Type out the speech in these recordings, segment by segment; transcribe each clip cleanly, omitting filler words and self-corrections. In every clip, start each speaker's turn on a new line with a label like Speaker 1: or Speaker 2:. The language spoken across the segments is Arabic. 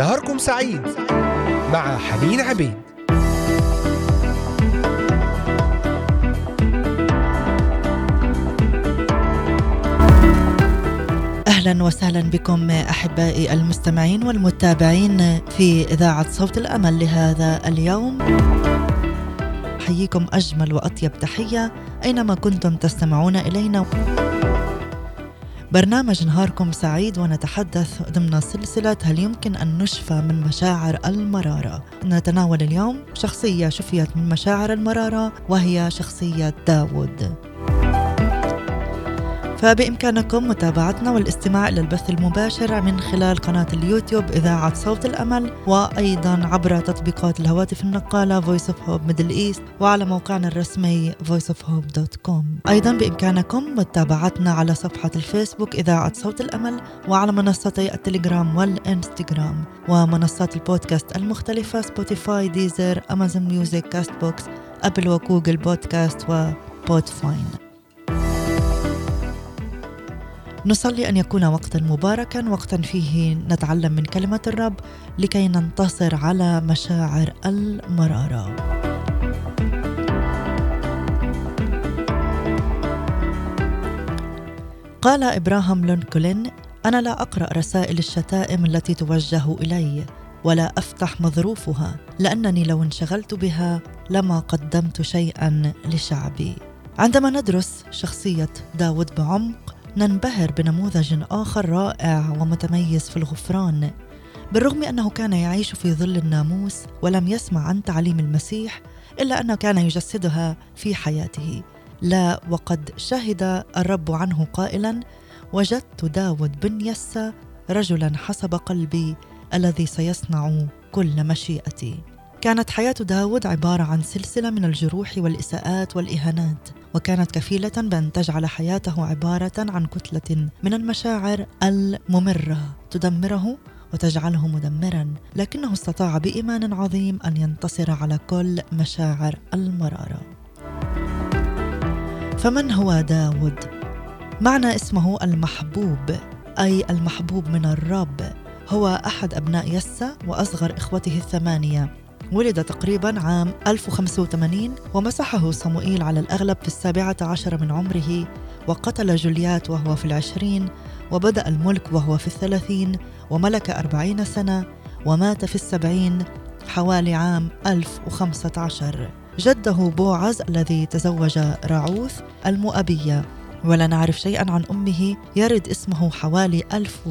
Speaker 1: نهاركم سعيد مع حنين عبيد.
Speaker 2: أهلا وسهلا بكم أحبائي المستمعين والمتابعين في إذاعة صوت الأمل لهذا اليوم. حييكم أجمل وأطيب تحية أينما كنتم تستمعون إلينا. برنامج نهاركم سعيد، ونتحدث ضمن سلسلة هل يمكن أن نشفى من مشاعر المرارة. نتناول اليوم شخصية شفيت من مشاعر المرارة، وهي شخصية داود. فبإمكانكم متابعتنا والاستماع إلى البث المباشر من خلال قناة اليوتيوب إذاعة صوت الأمل، وأيضا عبر تطبيقات الهواتف النقالة Voice of Hope Middle East، وعلى موقعنا الرسمي voiceofhope.com. أيضا بإمكانكم متابعتنا على صفحة الفيسبوك إذاعة صوت الأمل، وعلى منصتي التليجرام والإنستغرام، ومنصات البودكاست المختلفة سبوتيفاي، ديزر، أمازون ميوزك، كاست بوكس، أبل وجوجل بودكاست وبودفاين. نصلي أن يكون وقتا مباركا، وقتا فيه نتعلم من كلمة الرب لكي ننتصر على مشاعر المرارة. قال إبراهام لينكولن: أنا لا أقرأ رسائل الشتائم التي توجه إلي، ولا أفتح مظروفها، لأنني لو انشغلت بها لما قدمت شيئا لشعبي. عندما ندرس شخصية داود بعمق ننبهر بنموذج آخر رائع ومتميز في الغفران. بالرغم أنه كان يعيش في ظل الناموس ولم يسمع عن تعليم المسيح، إلا أنه كان يجسدها في حياته. لا، وقد شهد الرب عنه قائلا: وجدت داود بن يسى رجلا حسب قلبي الذي سيصنع كل مشيئتي. كانت حياة داود عبارة عن سلسلة من الجروح والإساءات والإهانات، وكانت كفيلة بأن تجعل حياته عبارة عن كتلة من المشاعر الممرة تدمره وتجعله مدمرا، لكنه استطاع بإيمان عظيم أن ينتصر على كل مشاعر المرارة. فمن هو داود؟ معنى اسمه المحبوب، أي المحبوب من الرب. هو أحد أبناء يسى وأصغر إخوته الثمانية. ولد تقريبا عام 1085، ومسحه صموئيل على الأغلب في 17 من عمره، وقتل جوليات وهو في 20، وبدأ الملك وهو في 30، وملك 40 سنة، ومات في 70 حوالي عام 1015. جده بوعز الذي تزوج راعوث المؤبية، ولا نعرف شيئا عن أمه، يرد اسمه حوالي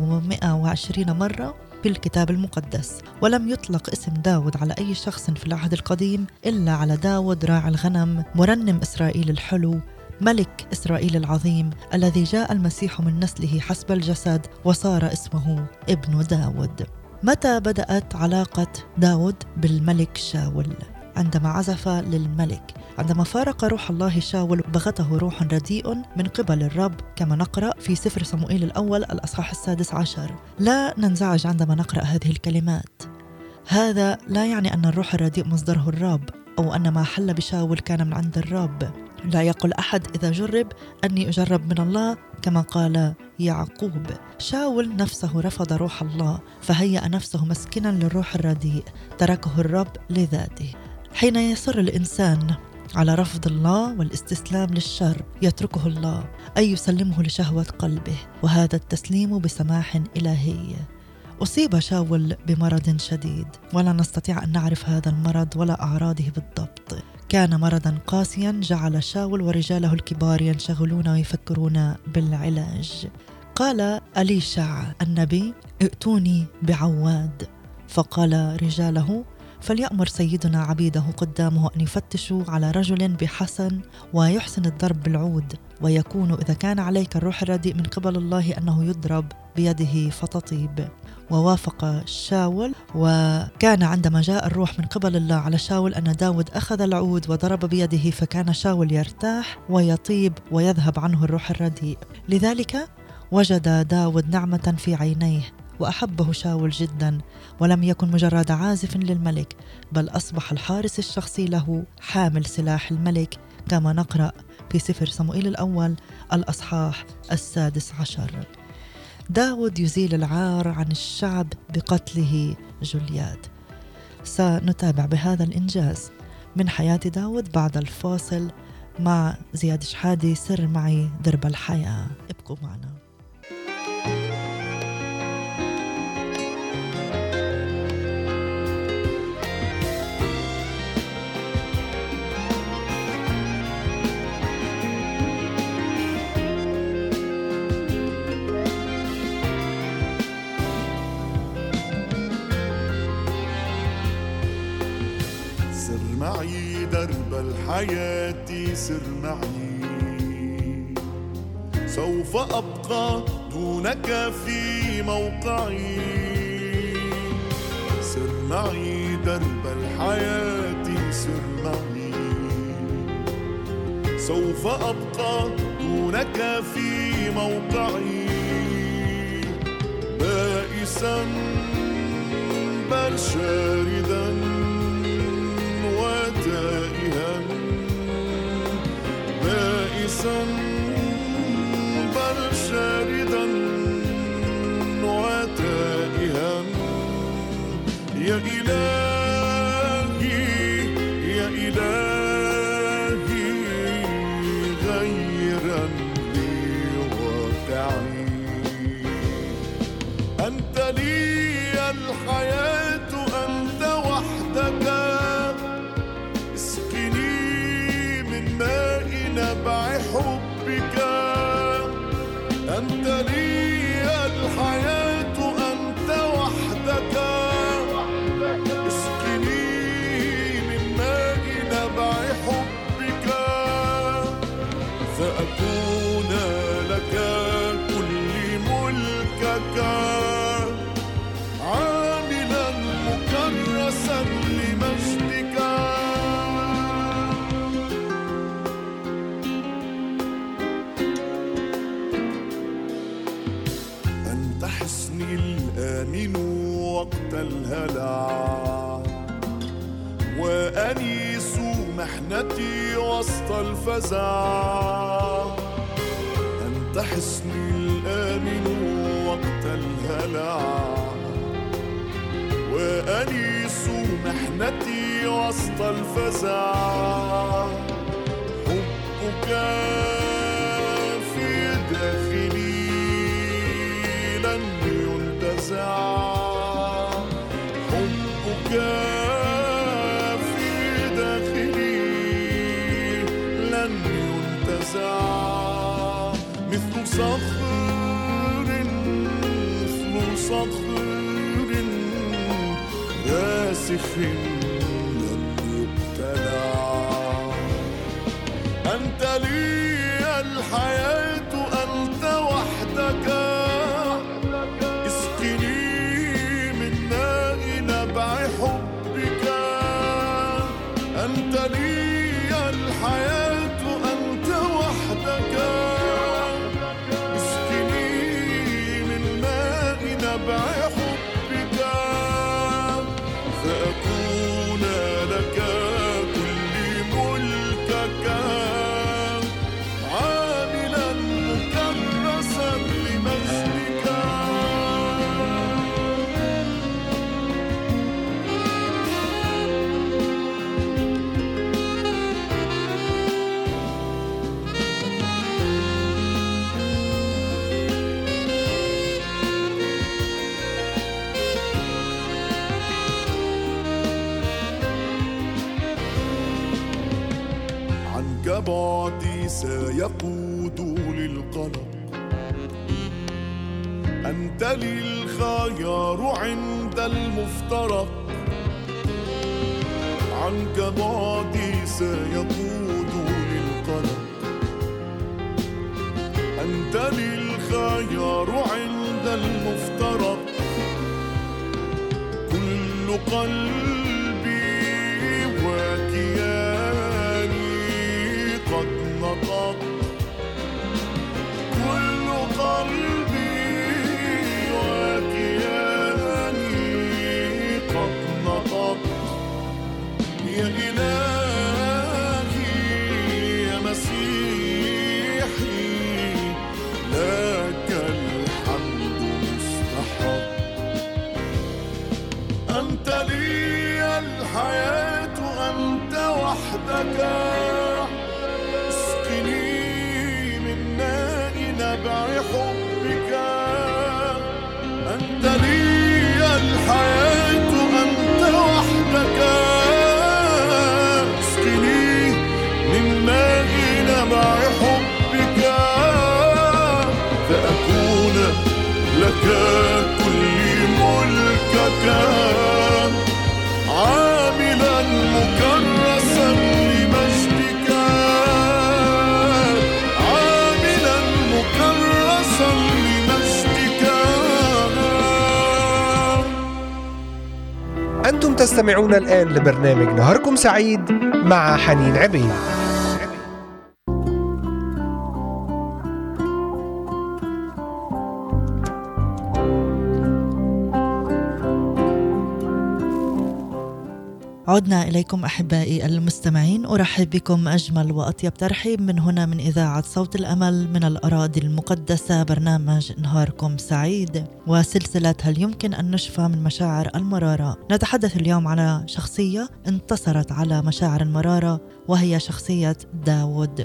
Speaker 2: 1120 مرة في الكتاب المقدس. ولم يطلق اسم داود على أي شخص في العهد القديم إلا على داود راعي الغنم، مرنم إسرائيل الحلو، ملك إسرائيل العظيم، الذي جاء المسيح من نسله حسب الجسد وصار اسمه ابن داود. متى بدأت علاقة داود بالملك شاول؟ عندما عزف للملك. عندما فارق روح الله شاول بغته روح رديء من قبل الرب، كما نقرأ في سفر صموئيل الأول الأصحاح 16. لا ننزعج عندما نقرأ هذه الكلمات. هذا لا يعني أن الروح الرديء مصدره الرب، أو أن ما حل بشاول كان من عند الرب. لا يقول أحد إذا جرب أني أجرب من الله، كما قال يعقوب. شاول نفسه رفض روح الله، فهيأ نفسه مسكنا للروح الرديء، تركه الرب لذاته. حين يصر الإنسان على رفض الله والاستسلام للشر يتركه الله، أي يسلمه لشهوة قلبه، وهذا التسليم بسماح إلهي. أصيب شاول بمرض شديد، ولا نستطيع أن نعرف هذا المرض ولا أعراضه بالضبط. كان مرضا قاسيا جعل شاول ورجاله الكبار ينشغلون ويفكرون بالعلاج. قال أليشع النبي: ائتوني بعواد. فقال رجاله: فليأمر سيدنا عبيده قدامه أن يفتشوا على رجل بحسن ويحسن الضرب بالعود، ويكون إذا كان عليك الروح الرديء من قبل الله أنه يضرب بيده فتطيب. ووافق شاول، وكان عندما جاء الروح من قبل الله على شاول أن داود أخذ العود وضرب بيده، فكان شاول يرتاح ويطيب ويذهب عنه الروح الرديء. لذلك وجد داود نعمة في عينيه، وأحبه شاول جدا، ولم يكن مجرد عازف للملك، بل أصبح الحارس الشخصي له، حامل سلاح الملك، كما نقرأ في سفر صموئيل الأول الأصحاح 16. داود يزيل العار عن الشعب بقتله جولياد. سنتابع بهذا الإنجاز من حياة داود بعد الفاصل مع زياد شحادي. سر معي درب الحياة، ابقوا معنا.
Speaker 3: معي درب الحياة، سر معي، سوف أبقى دونك في موقعي. سر معي درب الحياة، سر معي، سوف أبقى دونك في موقعي. بائسا بل شاردا وتائها، بائسا بل شاردا وتائها. يا إلهي يا إلهي غيرا لي واقعي. أنت لي الحياة، أنت وحدك، نبع حبك. أنت لي الحياة، أنت وحدك، اسقني من ماء نبع حبك. فأكون لك كل ملكك، عاملا مكرسا لمجدك. الآمن وقت الهلع، وأنيس محنتي وسط الفزع. أنت حصني الآمن وقت الهلع، وأنيس محنتي وسط الفزع. حبك في داخلي لن ينتزع، حبك في داخلي لن ينتزع. مثل صخر مثل صخر راسخ لن يقتلع. أنت لي الحياة، أنت وحدك، حبك. أنت لي الحياة، أنت وحدك، اسقني من ماء نبع حبك. فأكون لك كل ملكك، عاملا مكرسا لمجدك. بعدي سيقود للقلق. أنت لي الخيار عند المفترق. عنك بعدي سيقود للقلق. أنت لي الخيار عند المفترق. كل قلبي وكياني قد نطق. كل قلبي وكياني قد نطق. يا إلهي يا مسيحي لك الحمد وحدك. اسقني من ماء نبع حبك، أنت لي الحياة، أنت وحدك. اسقني من ماء نبع حبك، فأكون لك كل ملكك، عاملا مكرسا لمجدك، عاملا مكرسا لمجدك.
Speaker 1: أنتم تستمعون الآن لبرنامج نهاركم سعيد مع حنين عبيد.
Speaker 2: عدنا إليكم أحبائي المستمعين، أرحب بكم أجمل وأطيب ترحيب من هنا من إذاعة صوت الأمل من الأراضي المقدسة، برنامج نهاركم سعيد وسلسلة هل يمكن أن نشفى من مشاعر المرارة. نتحدث اليوم على شخصية انتصرت على مشاعر المرارة، وهي شخصية داود.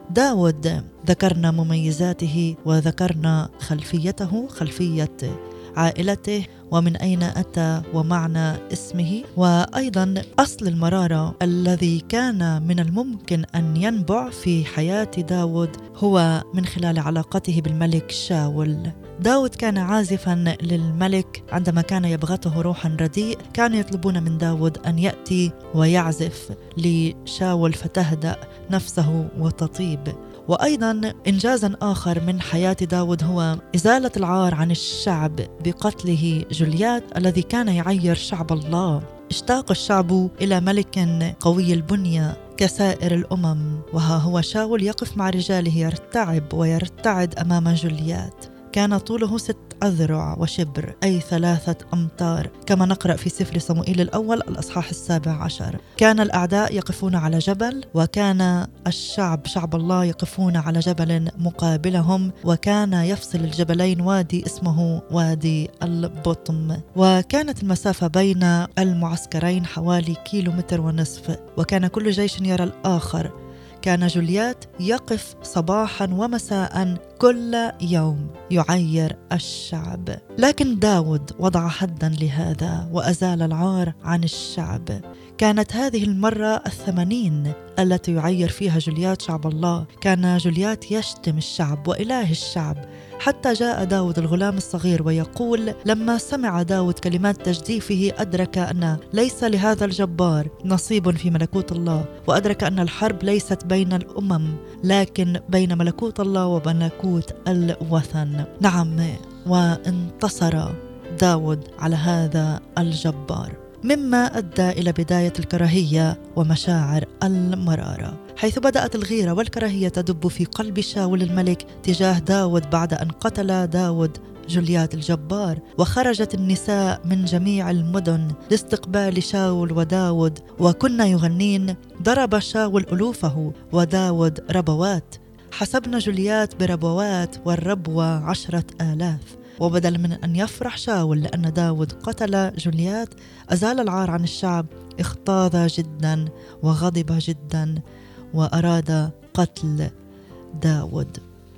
Speaker 2: داود ذكرنا مميزاته وذكرنا خلفيته، خلفية عائلته ومن أين أتى ومعنى اسمه، وأيضا أصل المرارة الذي كان من الممكن أن ينبع في حياة داود هو من خلال علاقته بالملك شاول. داود كان عازفا للملك، عندما كان يبغته روحا رديء كانوا يطلبون من داود أن يأتي ويعزف لشاول فتهدأ نفسه وتطيب. وأيضا إنجازا آخر من حياة داود هو إزالة العار عن الشعب بقتله جوليات الذي كان يعير شعب الله. اشتاق الشعب إلى ملك قوي البنية كسائر الأمم، وها هو شاول يقف مع رجاله يرتعب ويرتعد أمام جوليات. كان طوله 6 أذرع وشبر، أي 3 أمتار، كما نقرأ في سفر صموئيل الأول الأصحاح 17. كان الأعداء يقفون على جبل، وكان الشعب شعب الله يقفون على جبل مقابلهم، وكان يفصل الجبلين وادي اسمه وادي البطم، وكانت المسافة بين المعسكرين حوالي 1.5 كيلومتر، وكان كل جيش يرى الآخر. كان جوليات يقف صباحا ومساء كل يوم يعير الشعب، لكن داود وضع حدا لهذا وأزال العار عن الشعب. كانت هذه المرة 80 التي يعير فيها جوليات شعب الله. كان جوليات يشتم الشعب وإله الشعب، حتى جاء داود الغلام الصغير ويقول: لما سمع داود كلمات تجديفه أدرك أن ليس لهذا الجبار نصيب في ملكوت الله، وأدرك أن الحرب ليست بين الأمم لكن بين ملكوت الله وملكوت الوثن. نعم، وانتصر داود على هذا الجبار، مما أدى إلى بداية الكراهية ومشاعر المرارة، حيث بدأت الغيرة والكراهية تدب في قلب شاول الملك تجاه داود بعد أن قتل داود جوليات الجبار. وخرجت النساء من جميع المدن لاستقبال شاول وداود، وكنا يغنين: ضرب شاول ألوفه وداود ربوات، حسبنا جوليات بربوات والربوة 10,000. وبدل من أن يفرح شاول لأن داود قتل جوليات أزال العار عن الشعب، اغتاظ جدا وغضب جدا وأراد قتل داود.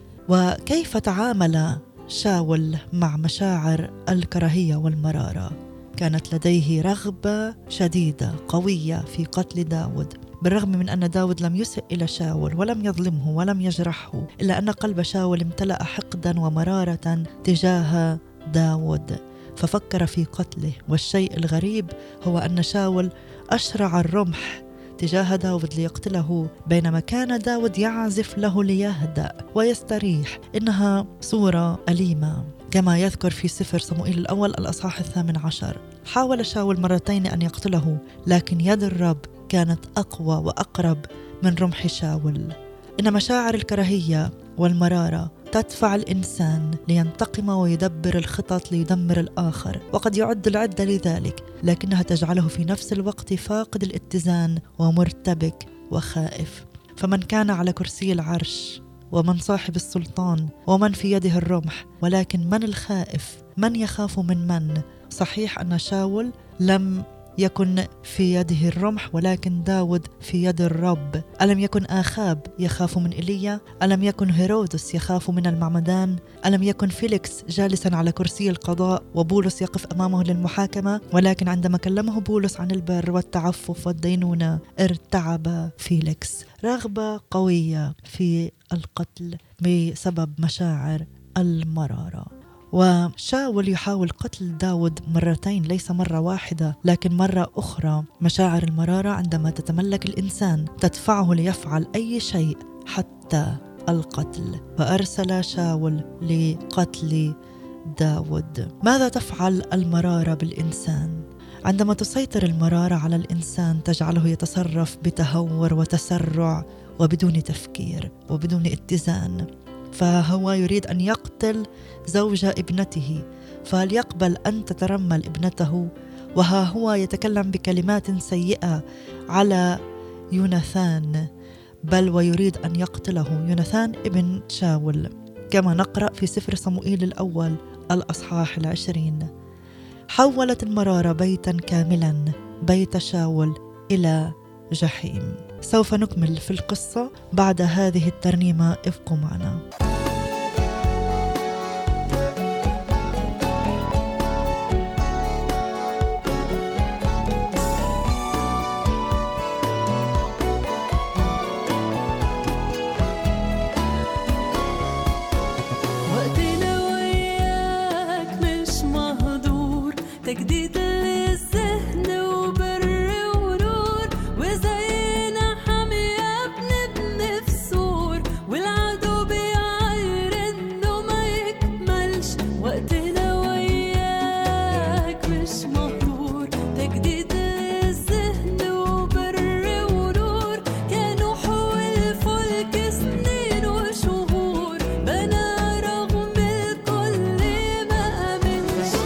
Speaker 2: وكيف تعامل شاول مع مشاعر الكراهية والمرارة؟ كانت لديه رغبة شديدة قوية في قتل داود، بالرغم من أن داود لم يسئ إلى شاول ولم يظلمه ولم يجرحه، إلا أن قلب شاول امتلأ حقدا ومرارة تجاه داود، ففكر في قتله. والشيء الغريب هو أن شاول أشرع الرمح تجاه داود ليقتله، بينما كان داود يعزف له ليهدأ ويستريح. إنها صورة أليمة، كما يذكر في سفر صموئيل الأول الأصحاح 18. حاول شاول مرتين أن يقتله، لكن يد الرب كانت أقوى وأقرب من رمح شاول. إن مشاعر الكراهية والمرارة تدفع الإنسان لينتقم ويدبر الخطط ليدمر الآخر، وقد يعد العدة لذلك، لكنها تجعله في نفس الوقت فاقد الاتزان ومرتبك وخائف. فمن كان على كرسي العرش، ومن صاحب السلطان، ومن في يده الرمح، ولكن من الخائف؟ من يخاف من من؟ صحيح أن شاول لم يكن في يده الرمح ولكن داود في يد الرب. ألم يكن آخاب يخاف من إيليا؟ ألم يكن هيرودس يخاف من المعمدان؟ ألم يكن فيليكس جالسا على كرسي القضاء وبولس يقف أمامه للمحاكمة؟ ولكن عندما كلمه بولس عن البر والتعفف والدينونة ارتعب فيليكس. رغبة قوية في القتل بسبب مشاعر المرارة. وشاول يحاول قتل داود مرتين، ليس مرة واحدة لكن مرة أخرى. مشاعر المرارة عندما تتملك الإنسان تدفعه ليفعل أي شيء حتى القتل، فأرسل شاول لقتل داود. ماذا تفعل المرارة بالإنسان؟ عندما تسيطر المرارة على الإنسان تجعله يتصرف بتهور وتسرع وبدون تفكير وبدون اتزان. فهو يريد أن يقتل زوج ابنته، فليقبل أن تترمل ابنته، وها هو يتكلم بكلمات سيئة على يوناثان، بل ويريد أن يقتله يوناثان ابن شاول، كما نقرأ في سفر صموئيل الأول الأصحاح 20. حولت المرارة بيتا كاملا، بيت شاول، إلى جحيم. سوف نكمل في القصة بعد هذه الترنيمة، ابقوا معنا.
Speaker 4: تجديد للذهن وبر ونور، وزينا حامية بنبني في سور، والعدو بيعاير انه ما يكملش. وقتنا وياك مش مهدور، تجديد للذهن وبر ونور، كانوا حول الفلك سنين وشهور، بنا رغم الكل ما أمنش.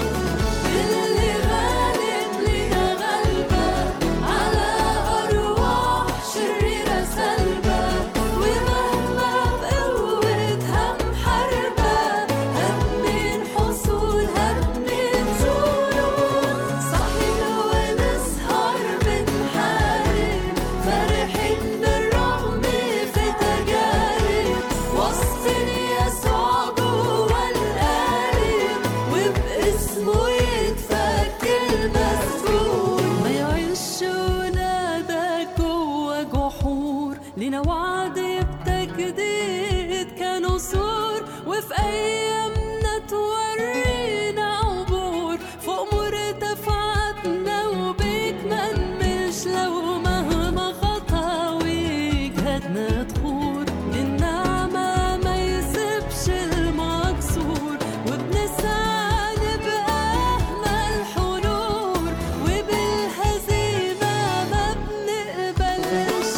Speaker 4: لينا وعد بتجديد كنسور، وفي أيامنا تورينا عبور فوق مرتفعاتنا، وبيك منملش لو مهما خطاويك هدنا تخور. للنعمة ما يسيبش المكسور، وبنسعى نبقى أهمل حلول، وبالهزيمة ما بنقبلش.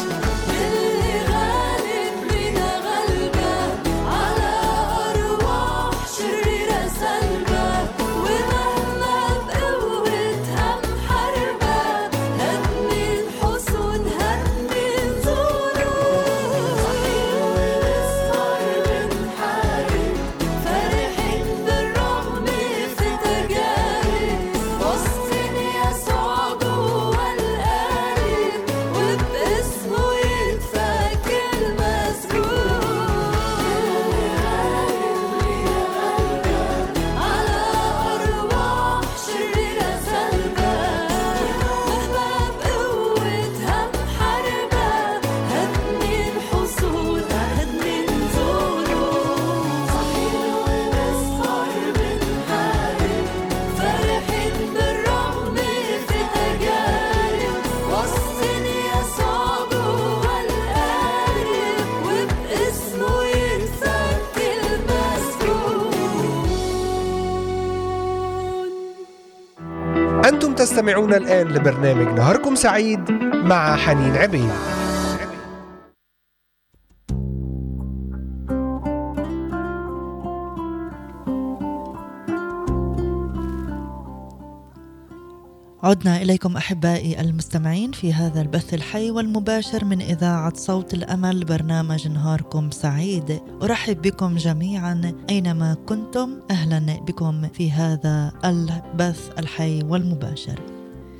Speaker 1: أنتم تستمعون الآن لبرنامج نهاركم سعيد مع حنين عبيد.
Speaker 2: عدنا إليكم أحبائي المستمعين في هذا البث الحي والمباشر من إذاعة صوت الأمل، برنامج نهاركم سعيد. أرحب بكم جميعا أينما كنتم، أهلا بكم في هذا البث الحي والمباشر.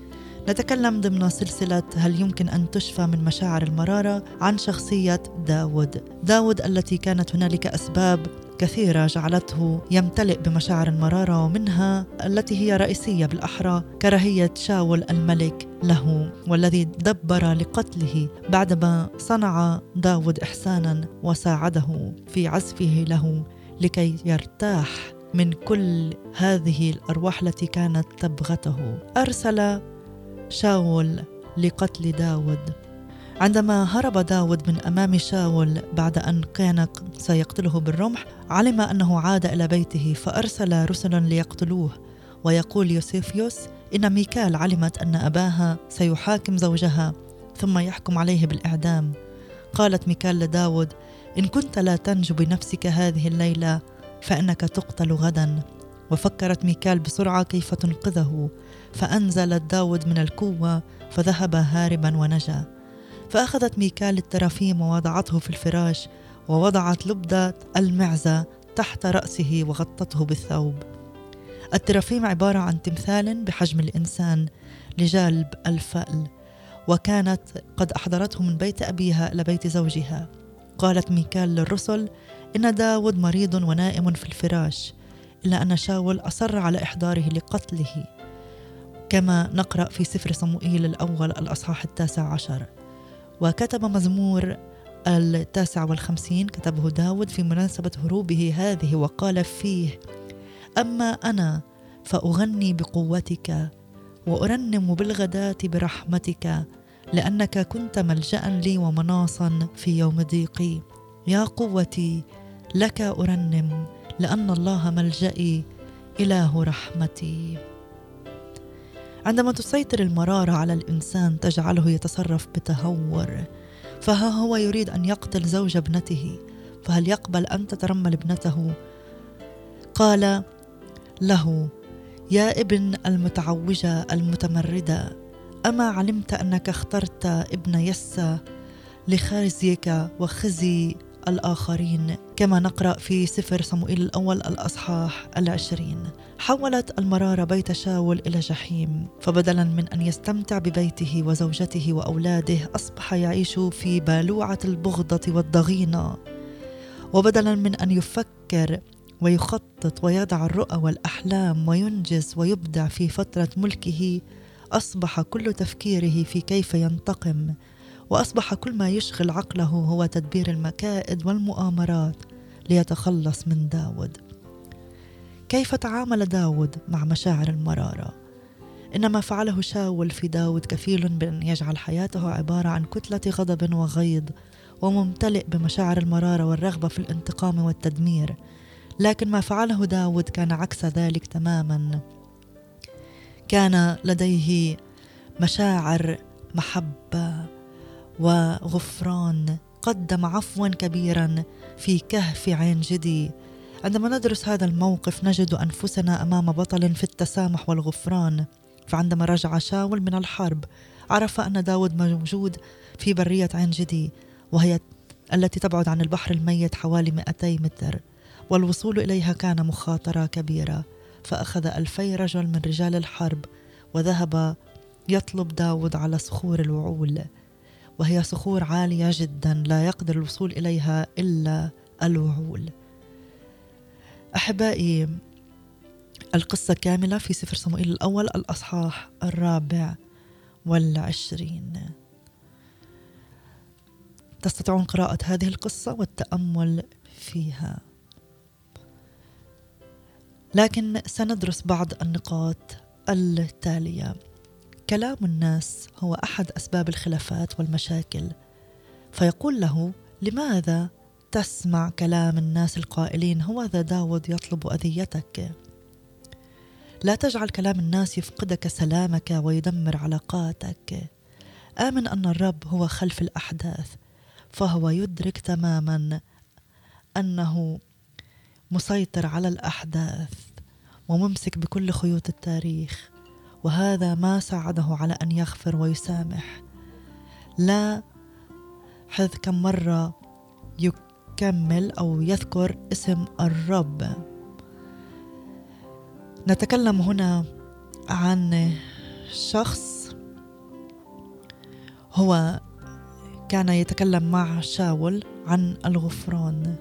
Speaker 2: نتكلم ضمن سلسلة هل يمكن أن تشفى من مشاعر المرارة عن شخصية داود التي كانت هنالك أسباب كثيرة جعلته يمتلئ بمشاعر المرارة، ومنها التي هي رئيسية بالأحرى كراهية شاول الملك له، والذي دبر لقتله بعدما صنع داود إحسانا وساعده في عزفه له لكي يرتاح من كل هذه الأرواح التي كانت تبغته. أرسل شاول لقتل داود. عندما هرب داود من أمام شاول بعد أن كان سيقتله بالرمح، علم أنه عاد إلى بيته فأرسل رسلا ليقتلوه. ويقول يوسيفيوس إن ميكال علمت أن أباها سيحاكم زوجها ثم يحكم عليه بالإعدام. قالت ميكال لداود: إن كنت لا تنجو بنفسك هذه الليلة فإنك تقتل غدا. وفكرت ميكال بسرعة كيف تنقذه، فأنزلت داود من الكوة فذهب هاربا ونجا. فأخذت ميكال الترافيم ووضعته في الفراش، ووضعت لبدة المعزة تحت رأسه وغطته بالثوب. الترافيم عبارة عن تمثال بحجم الإنسان لجلب الفأل، وكانت قد أحضرته من بيت أبيها إلى بيت زوجها. قالت ميكال للرسل إن داود مريض ونائم في الفراش، إلا أن شاول أصر على إحضاره لقتله، كما نقرأ في سفر صموئيل الأول الأصحاح 19. وكتب مزمور 59 كتبه داود في مناسبة هروبه هذه، وقال فيه: أما أنا فأغني بقوتك وأرنم بالغداة برحمتك، لأنك كنت ملجأ لي ومناصا في يوم ضيقي. يا قوتي لك أرنم، لأن الله ملجئي إله رحمتي. عندما تسيطر المرارة على الإنسان تجعله يتصرف بتهور، فها هو يريد أن يقتل زوج ابنته، فهل يقبل أن تترمل ابنته؟ قال له: يا ابن المتعوجة المتمردة، أما علمت أنك اخترت ابن يسى لخزيك وخزي الآخرين، كما نقرأ في سفر صموئيل الأول الأصحاح 20. حولت المرارة بيت شاول إلى جحيم، فبدلا من أن يستمتع ببيته وزوجته وأولاده أصبح يعيش في بالوعة البغضة والضغينة. وبدلا من أن يفكر ويخطط ويضع الرؤى والأحلام وينجز ويبدع في فترة ملكه، أصبح كل تفكيره في كيف ينتقم، وأصبح كل ما يشغل عقله هو تدبير المكائد والمؤامرات ليتخلص من داود. كيف تعامل داود مع مشاعر المرارة؟ إنما فعله شاول في داود كفيل بأن يجعل حياته عبارة عن كتلة غضب وغيظ وممتلئ بمشاعر المرارة والرغبة في الانتقام والتدمير. لكن ما فعله داود كان عكس ذلك تماما. كان لديه مشاعر محبة وغفران، قدم عفوا كبيرا في كهف عين جدي. عندما ندرس هذا الموقف نجد أنفسنا أمام بطل في التسامح والغفران. فعندما رجع شاول من الحرب عرف أن داود موجود في برية عين جدي، وهي التي تبعد عن البحر الميت حوالي 200 متر، والوصول إليها كان مخاطرة كبيرة. فأخذ 2000 رجل من رجال الحرب وذهب يطلب داود على صخور الوعول، وهي صخور عالية جدا لا يقدر الوصول إليها إلا الوعول. أحبائي، القصة كاملة في سفر صموئيل الأول الأصحاح 24. تستطيعون قراءة هذه القصة والتأمل فيها، لكن سندرس بعض النقاط التالية. كلام الناس هو أحد أسباب الخلافات والمشاكل، فيقول له: لماذا تسمع كلام الناس القائلين هوذا داود يطلب أذيتك؟ لا تجعل كلام الناس يفقدك سلامك ويدمر علاقاتك. آمن أن الرب هو خلف الأحداث، فهو يدرك تماما أنه مسيطر على الأحداث وممسك بكل خيوط التاريخ، وهذا ما ساعده على أن يغفر ويسامح. لا حذ كم مرة يكمل أو يذكر اسم الرب. نتكلم هنا عن شخص هو كان يتكلم مع شاول عن الغفران.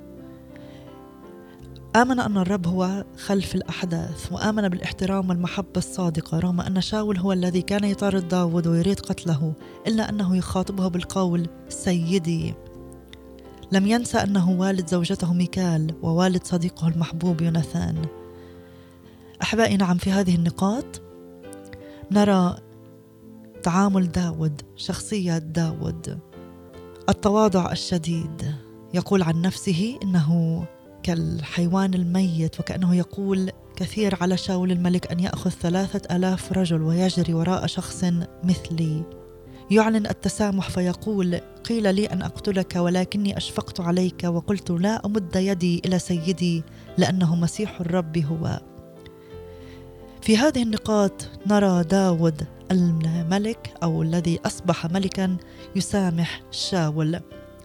Speaker 2: آمن أن الرب هو خلف الأحداث، وآمن بالاحترام والمحبة الصادقة، رغم أن شاول هو الذي كان يطارد داود ويريد قتله، إلا أنه يخاطبه بالقول سيدي. لم ينسى أنه والد زوجته ميكال ووالد صديقه المحبوب يوناثان. أحبائي، نعم، في هذه النقاط نرى تعامل داود، شخصية داود، التواضع الشديد. يقول عن نفسه إنه كالحيوان الميت، وكأنه يقول كثير على شاول الملك أن يأخذ 3000 رجل ويجري وراء شخص مثلي. يعلن التسامح فيقول قيل لي أن أقتلك ولكني أشفقت عليك وقلت لا أمد يدي إلى سيدي لأنه مسيح الرب هو. في هذه النقاط نرى داود الملك أو الذي أصبح ملكا يسامح شاول.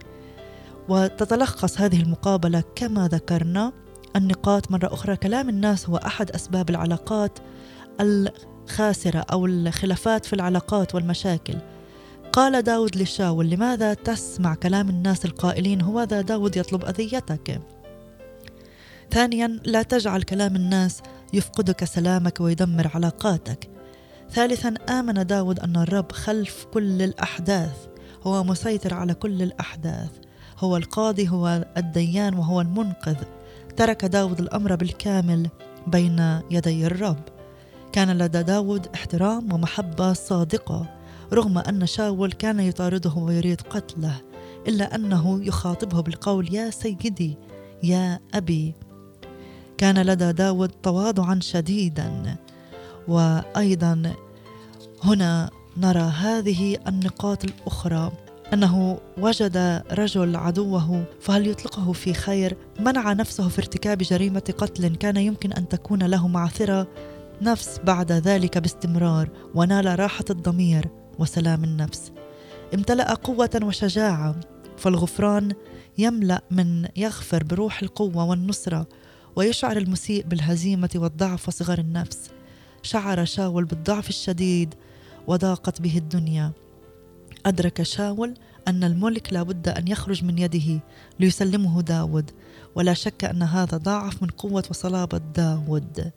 Speaker 2: وتتلخص هذه المقابلة كما ذكرنا النقاط مرة أخرى. كلام الناس هو أحد أسباب العلاقات الخاسرة أو الخلافات في العلاقات والمشاكل. قال داود لشاول لماذا تسمع كلام الناس القائلين هو ذا داود يطلب أذيتك؟ ثانيا، لا تجعل كلام الناس يفقدك سلامك ويدمر علاقاتك. ثالثا، آمن داود أن الرب خلف كل الأحداث، هو مسيطر على كل الأحداث، هو القاضي، هو الديان، وهو المنقذ. ترك داود الأمر بالكامل بين يدي الرب. كان لدى داود احترام ومحبة صادقة، رغم أن شاول كان يطارده ويريد قتله، إلا أنه يخاطبه بالقول يا سيدي يا أبي. كان لدى داود تواضعا شديدا. وأيضا هنا نرى هذه النقاط الأخرى، أنه وجد رجل عدوه فهل يطلقه في خير؟ منع نفسه في ارتكاب جريمة قتل كان يمكن أن تكون له معثرة نفس بعد ذلك باستمرار، ونال راحة الضمير وسلام النفس. امتلأ قوة وشجاعة، فالغفران يملأ من يغفر بروح القوة والنصرة، ويشعر المسيء بالهزيمة والضعف وصغر النفس. شعر شاول بالضعف الشديد وضاقت به الدنيا. أدرك شاول أن الملك لابد أن يخرج من يده ليسلمه داود، ولا شك أن هذا ضاعف من قوة وصلابة داود.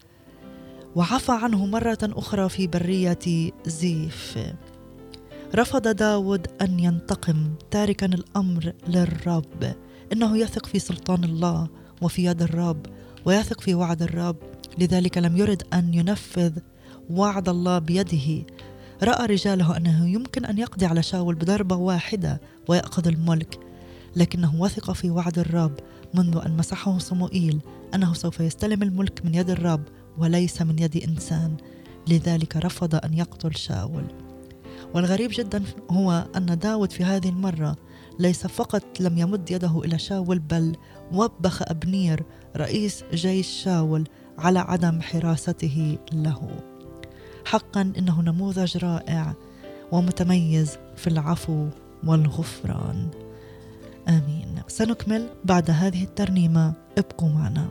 Speaker 2: وعفى عنه مرة أخرى في برية زيف. رفض داود أن ينتقم، تاركا الأمر للرب. إنه يثق في سلطان الله وفي يد الرب، ويثق في وعد الرب، لذلك لم يرد أن ينفذ وعد الله بيده. رأى رجاله أنه يمكن أن يقضي على شاول بضربة واحدة ويأخذ الملك، لكنه وثق في وعد الرب منذ أن مسحه صموئيل أنه سوف يستلم الملك من يد الرب وليس من يد إنسان، لذلك رفض أن يقتل شاول. والغريب جدا هو أن داود في هذه المرة ليس فقط لم يمد يده إلى شاول، بل وبخ أبنير رئيس جيش شاول على عدم حراسته له. حقا إنه نموذج رائع ومتميز في العفو والغفران. آمين. سنكمل بعد هذه الترنيمة، ابقوا معنا.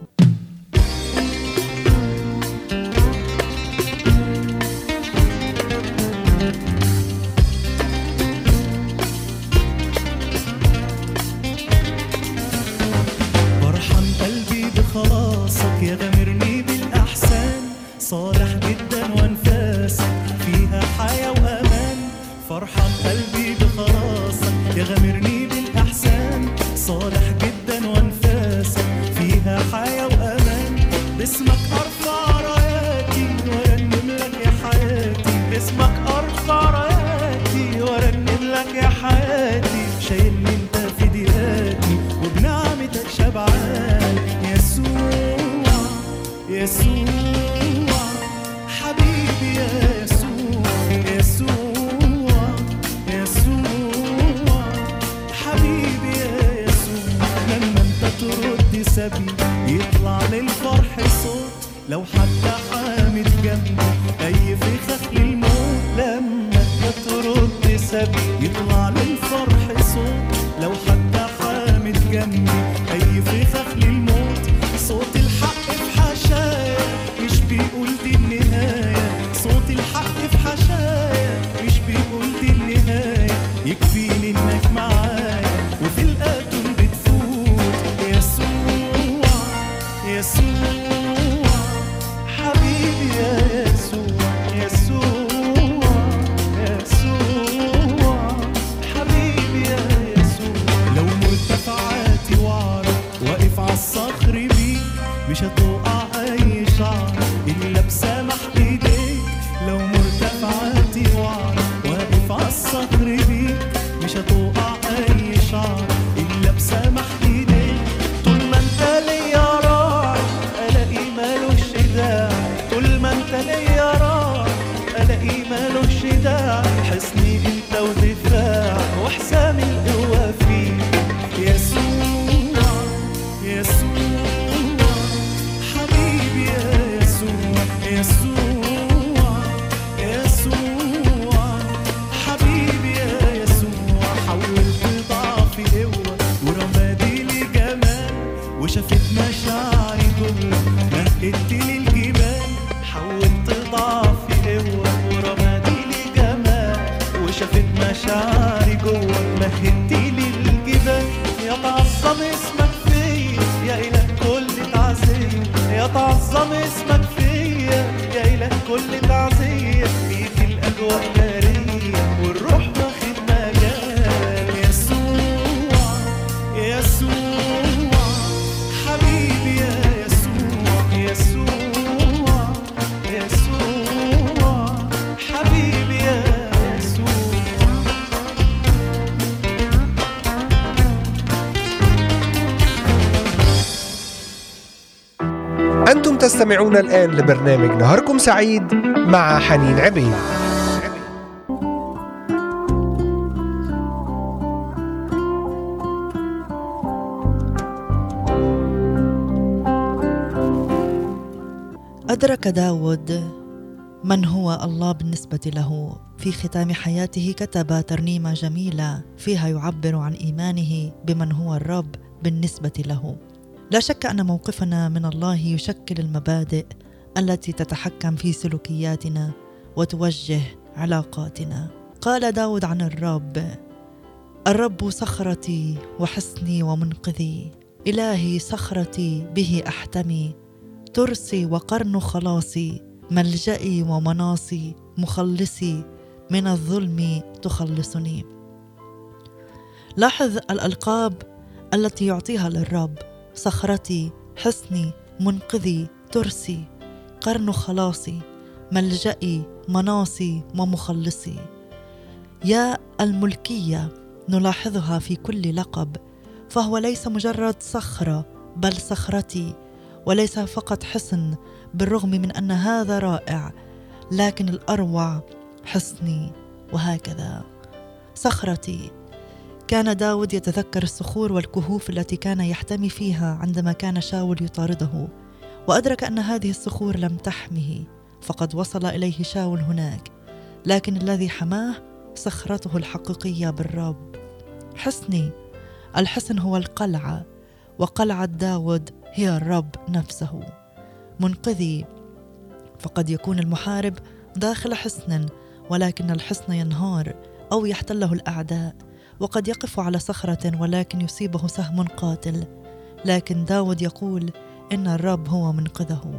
Speaker 5: فرحان قلبي بخلاصك يا غامرني بالأحسان، صالح جدا وانفاسك فيها حياة وأمان. فرحان قلبي بخلاصك يا غامرني بالأحسان، صالح جدا وانفاسك فيها حياة وأمان. باسمك أرفع راياتي وأرنم لك يا حياتي، باسمك أرفع راياتي وأرنم لك يا حياتي. شايلني انت في دياتي وبنعمتك شبعان. يسوع يسوع حبيبي يا يسوع، يسوع يسوع حبيبي يا يسوع. لما انت ترد سبي يطلع للفرح صوت، لو حتى حامد جنبي اي فخاخ للموت. لما انت ترد سبي يطلع للفرح صوت، لو حتى حامد جنبي اي فخاخ للموت. صوت الحق في حشايا مش بيقول دي النهاية، صوت الحق في حشايا مش بيقول دي النهاية. حبيبي يا يسوع يسوع يسوع حبيبي يا يسوع لو مرتفعاتي وعرة واقف عالصخر بيك مش هتوقع أي شعر إلا بسمح إيديك لو مرتفعاتي وعرة واقف عالصخر بيك مش هتوقع أي شعر إلا بسمح إيديك طول ما أنت ليا راعي ألاقي مالوش داعي طول ما أنت ليا راعي ألاقي مالوش داعي حصني أنت ودفاع وحسام القوة فيك يسوع يسوع حبيبي يا يسوع يسوع يسوع حبيبي يا يسوع حولت ضعفي قوة ورمادي لي جمال وشافت مشاعري جوه مهدت لي الجبال حولت ضعفي قوة ورمادي لي جمال وشافت مشاعري جوه مهدت لي الجبال يتعظم اسمك فيا يا إله كل تعزية يتعظم اسمك فيا يا إله كل تعزية فيك الأجواء نارية والروح واخد مجال يسوع يسوع حبيبي يا يسوع يسوع يسوع حبيبي يا يسوع
Speaker 1: أنتم تستمعون الآن لبرنامج نهاركم سعيد مع حنين عبيد.
Speaker 2: أدرك داود من هو الله بالنسبة له. في ختام حياته كتب ترنيمة جميلة فيها يعبر عن إيمانه بمن هو الرب بالنسبة له. لا شك أن موقفنا من الله يشكل المبادئ التي تتحكم في سلوكياتنا وتوجه علاقاتنا. قال داود عن الرب صخرتي وحصني ومنقذي، إلهي صخرتي به أحتمي، ترسي وقرن خلاصي، ملجئي ومناصي، مخلصي من الظلم تخلصني. لاحظ الألقاب التي يعطيها للرب: صخرتي، حصني، منقذي، ترسي، قرن خلاصي، ملجئي، مناصي ومخلصي. يا الملكية نلاحظها في كل لقب، فهو ليس مجرد صخرة بل صخرتي، وليس فقط حصن بالرغم من أن هذا رائع، لكن الأروع حصني. وهكذا صخرتي. كان داود يتذكر الصخور والكهوف التي كان يحتمي فيها عندما كان شاول يطارده، وأدرك أن هذه الصخور لم تحمه، فقد وصل إليه شاول هناك، لكن الذي حماه صخرته الحقيقية بالرب. حصني، الحصن هو القلعة، وقلعة داود هي الرب نفسه. منقذي، فقد يكون المحارب داخل حصن، ولكن الحصن ينهار أو يحتله الأعداء، وقد يقف على صخرة ولكن يصيبه سهم قاتل، لكن داود يقول إن الرب هو منقذه.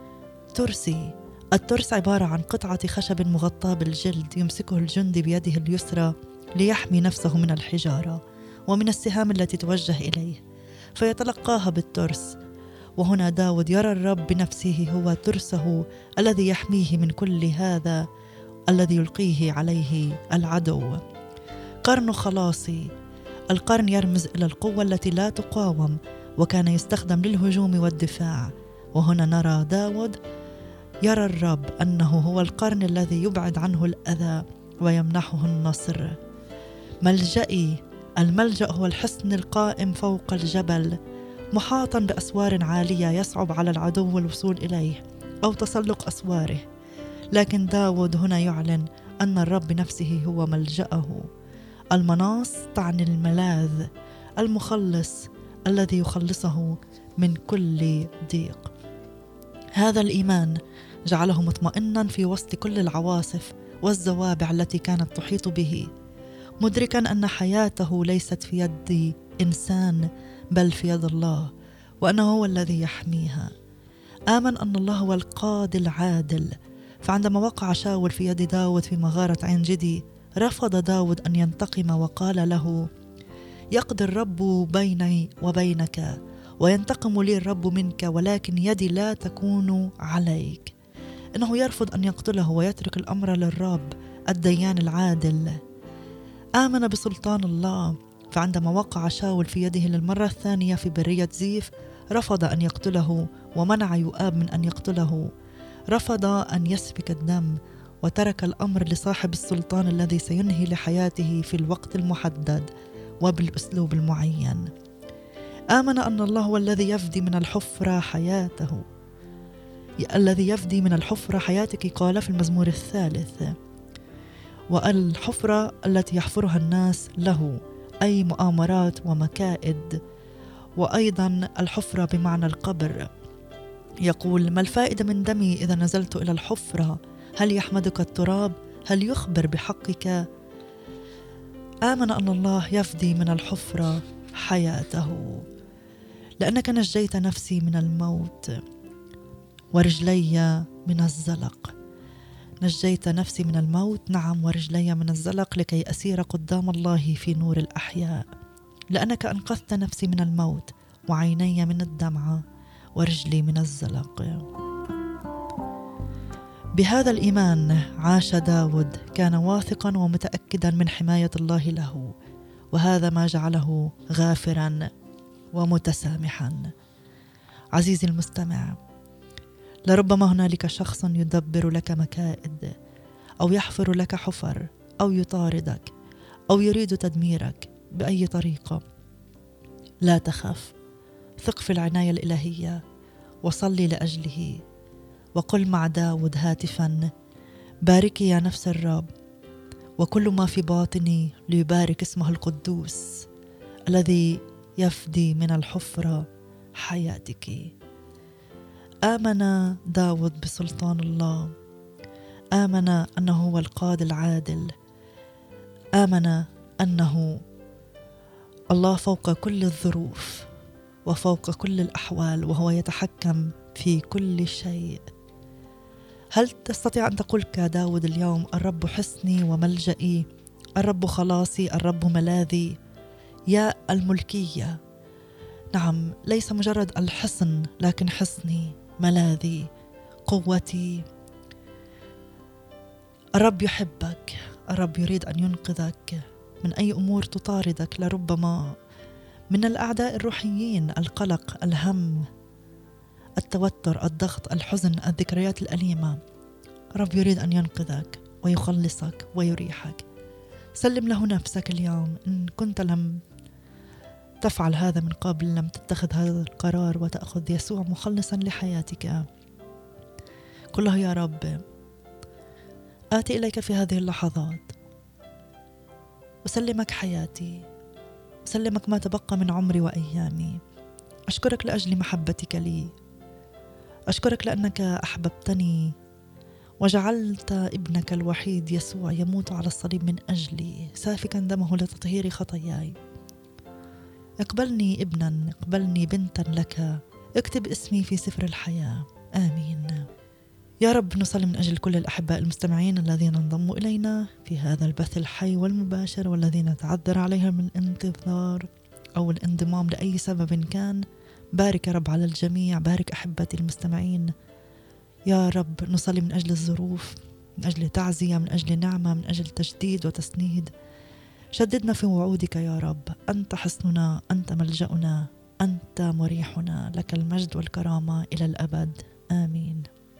Speaker 2: ترسي، الترس عبارة عن قطعة خشب مغطاة بالجلد يمسكه الجندي بيده اليسرى ليحمي نفسه من الحجارة ومن السهام التي توجه إليه، فيتلقاها بالترس. وهنا داود يرى الرب بنفسه هو ترسه الذي يحميه من كل هذا الذي يلقيه عليه العدو. قرن خلاصي، القرن يرمز إلى القوة التي لا تقاوم، وكان يستخدم للهجوم والدفاع. وهنا نرى داود يرى الرب أنه هو القرن الذي يبعد عنه الأذى ويمنحه النصر. ملجئي، الملجأ هو الحصن القائم فوق الجبل، محاطا بأسوار عالية يصعب على العدو الوصول إليه أو تسلق أسواره، لكن داود هنا يعلن أن الرب بنفسه هو ملجأه. المناص تعني الملاذ، المخلص الذي يخلصه من كل ضيق. هذا الإيمان جعله مطمئنا في وسط كل العواصف والزوابع التي كانت تحيط به، مدركا أن حياته ليست في يد إنسان بل في يد الله، وأنه هو الذي يحميها. آمن أن الله هو القاضي العادل. فعندما وقع شاول في يد داود في مغارة عين جدي، رفض داود أن ينتقم وقال له: يقضي الرب بيني وبينك وينتقم لي الرب منك، ولكن يدي لا تكون عليك. إنه يرفض أن يقتله ويترك الأمر للرب الديان العادل. آمن بسلطان الله. فعندما وقع شاول في يده للمرة الثانية في برية زيف، رفض أن يقتله ومنع يؤاب من أن يقتله. رفض أن يسفك الدم وترك الأمر لصاحب السلطان الذي سينهي لحياته في الوقت المحدد وبالأسلوب المعين. آمن أن الله هو الذي يفدي من الحفرة حياته، الذي يفدي من الحفرة حياتك، قال في المزمور 3. والحفرة التي يحفرها الناس له أي مؤامرات ومكائد، وأيضا الحفرة بمعنى القبر. يقول: ما الفائدة من دمي إذا نزلت إلى الحفرة؟ هل يحمدك التراب؟ هل يخبر بحقك؟ آمن أن الله يفدي من الحفرة حياته. لأنك نجيت نفسي من الموت ورجلي من الزلق. نجيت نفسي من الموت، نعم، ورجلي من الزلق، لكي أسير قدام الله في نور الأحياء. لأنك أنقذت نفسي من الموت وعيني من الدمعة ورجلي من الزلق. بهذا الإيمان عاش داود، كان واثقا ومتأكدا من حماية الله له، وهذا ما جعله غافرا ومتسامحا. عزيزي المستمع، لربما هنالك شخص يدبر لك مكائد، أو يحفر لك حفر، أو يطاردك، أو يريد تدميرك بأي طريقة. لا تخف، ثق في العناية الإلهية وصلي لأجله، وقل مع داود هاتفا: باركي يا نفس الرب وكل ما في باطني ليبارك اسمه القدوس الذي يفدي من الحفرة حياتك. آمن داود بسلطان الله، آمن أنه هو القاضي العادل، آمن أنه الله فوق كل الظروف وفوق كل الأحوال، وهو يتحكم في كل شيء. هل تستطيع أن تقول كداود اليوم: الرب حصني وملجئي، الرب خلاصي، الرب ملاذي؟ يا الملكية، نعم، ليس مجرد الحصن، لكن حصني، ملاذي، قوتي. الرب يحبك، الرب يريد أن ينقذك من أي أمور تطاردك، لربما من الأعداء الروحيين، القلق، الهم، التوتر، الضغط، الحزن، الذكريات الأليمة. رب يريد أن ينقذك ويخلصك ويريحك. سلم له نفسك اليوم. إن كنت لم تفعل هذا من قبل، لم تتخذ هذا القرار وتأخذ يسوع مخلصا لحياتك، قل له: يا رب، آتي إليك في هذه اللحظات، أسلمك حياتي، أسلمك ما تبقى من عمري وأيامي. أشكرك لأجل محبتك لي، أشكرك لأنك أحببتني وجعلت ابنك الوحيد يسوع يموت على الصليب من أجلي، سافكا دمه لتطهير خطاياي. اقبلني ابنا، اقبلني بنتا لك، اكتب اسمي في سفر الحياة. آمين. يا رب، نصلي من أجل كل الأحباء المستمعين الذين انضموا إلينا في هذا البث الحي والمباشر، والذين تعذر عليهم الانتظار أو الانضمام لأي سبب كان. بارك يا رب على الجميع، بارك أحبتي المستمعين. يا رب، نصلي من أجل الظروف، من أجل تعزية، من أجل نعمة، من أجل تجديد وتسنيد. شددنا في وعودك يا رب، أنت حصننا، أنت ملجأنا، أنت مريحنا، لك المجد والكرامة إلى الأبد. آمين.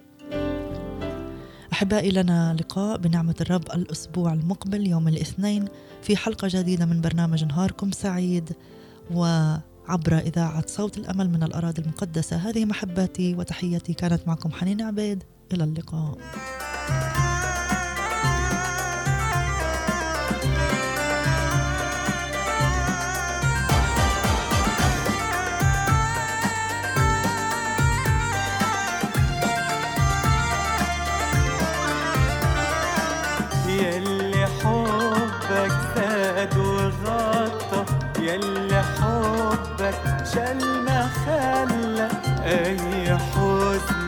Speaker 2: أحبائي، لنا لقاء بنعمة الرب الأسبوع المقبل يوم الاثنين في حلقة جديدة من برنامج نهاركم سعيد، وعبر إذاعة صوت الأمل من الأراضي المقدسة. هذه محباتي وتحياتي، كانت معكم حنين عبيد. إلى اللقاء.
Speaker 5: يلي حبك زاد وغطى، يلي حبك شال ما خلى أي حزن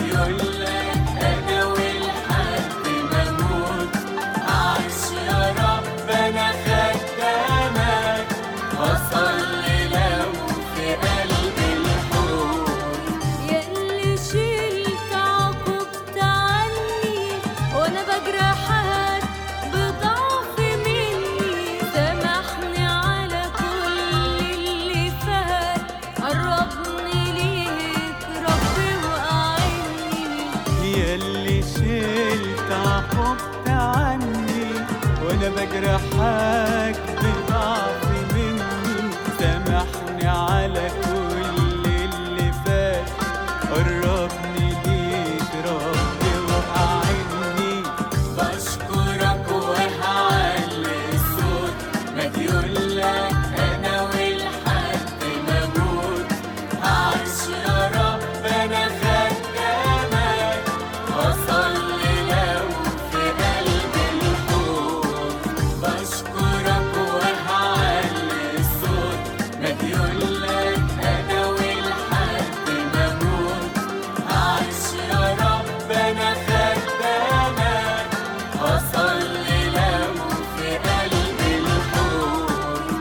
Speaker 6: مديونلك أنا والحد ما أموت. أعيش يا رب أنا خدامك، وأصلي لو في قلب الحوت.
Speaker 4: يلي شلت عقبت عني وانا بجرحك بضعف مني، سامحني على كل اللي فات، قربني ليك ربي وأعني.
Speaker 6: يلي شلت عقبت عني وانا بجرحك بضعف مني، سامحني على كل اللي فات، قربني ليك ربي وأعني. بشكرك وهعلي الصوت، مديونلك أنا والحد ما أموت. أعيش يا رب أنا خدامك، وأصلي لو في قلب الحوت. بشكرك وهعلي الصوت، مديونلك أنا والحد ما أموت. أعيش يا رب أنا خدامك، وأصلي لو في قلب الحوت.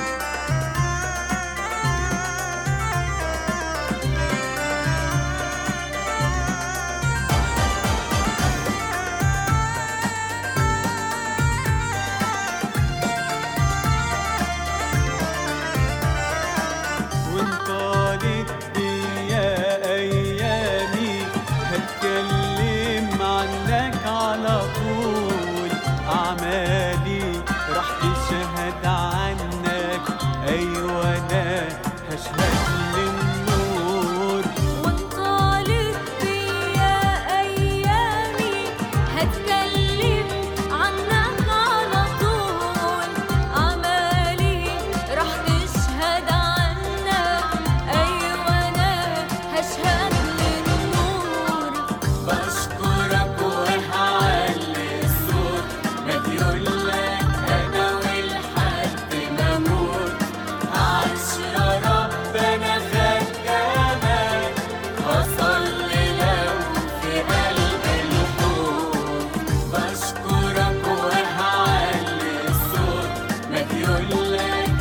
Speaker 6: وانطالت بيا أيامي، هتكلم عنك على طول. أعمالي راح تشهد عنك، أيوة أنا هشهد للنور.
Speaker 4: وانطالت بيا أيامي، هتكلم عنك على طول. أعمالي رح تشهد عنك، أيوة أنا هشهد للنور.
Speaker 6: بشكرك وهعلي الصوت، مديونلك أنا والحد ما أموت. أعيش يا رب أنا خدامك، وأصلي لو في قلب الحوت. بشكرك وهعلي الصوت، مديونلك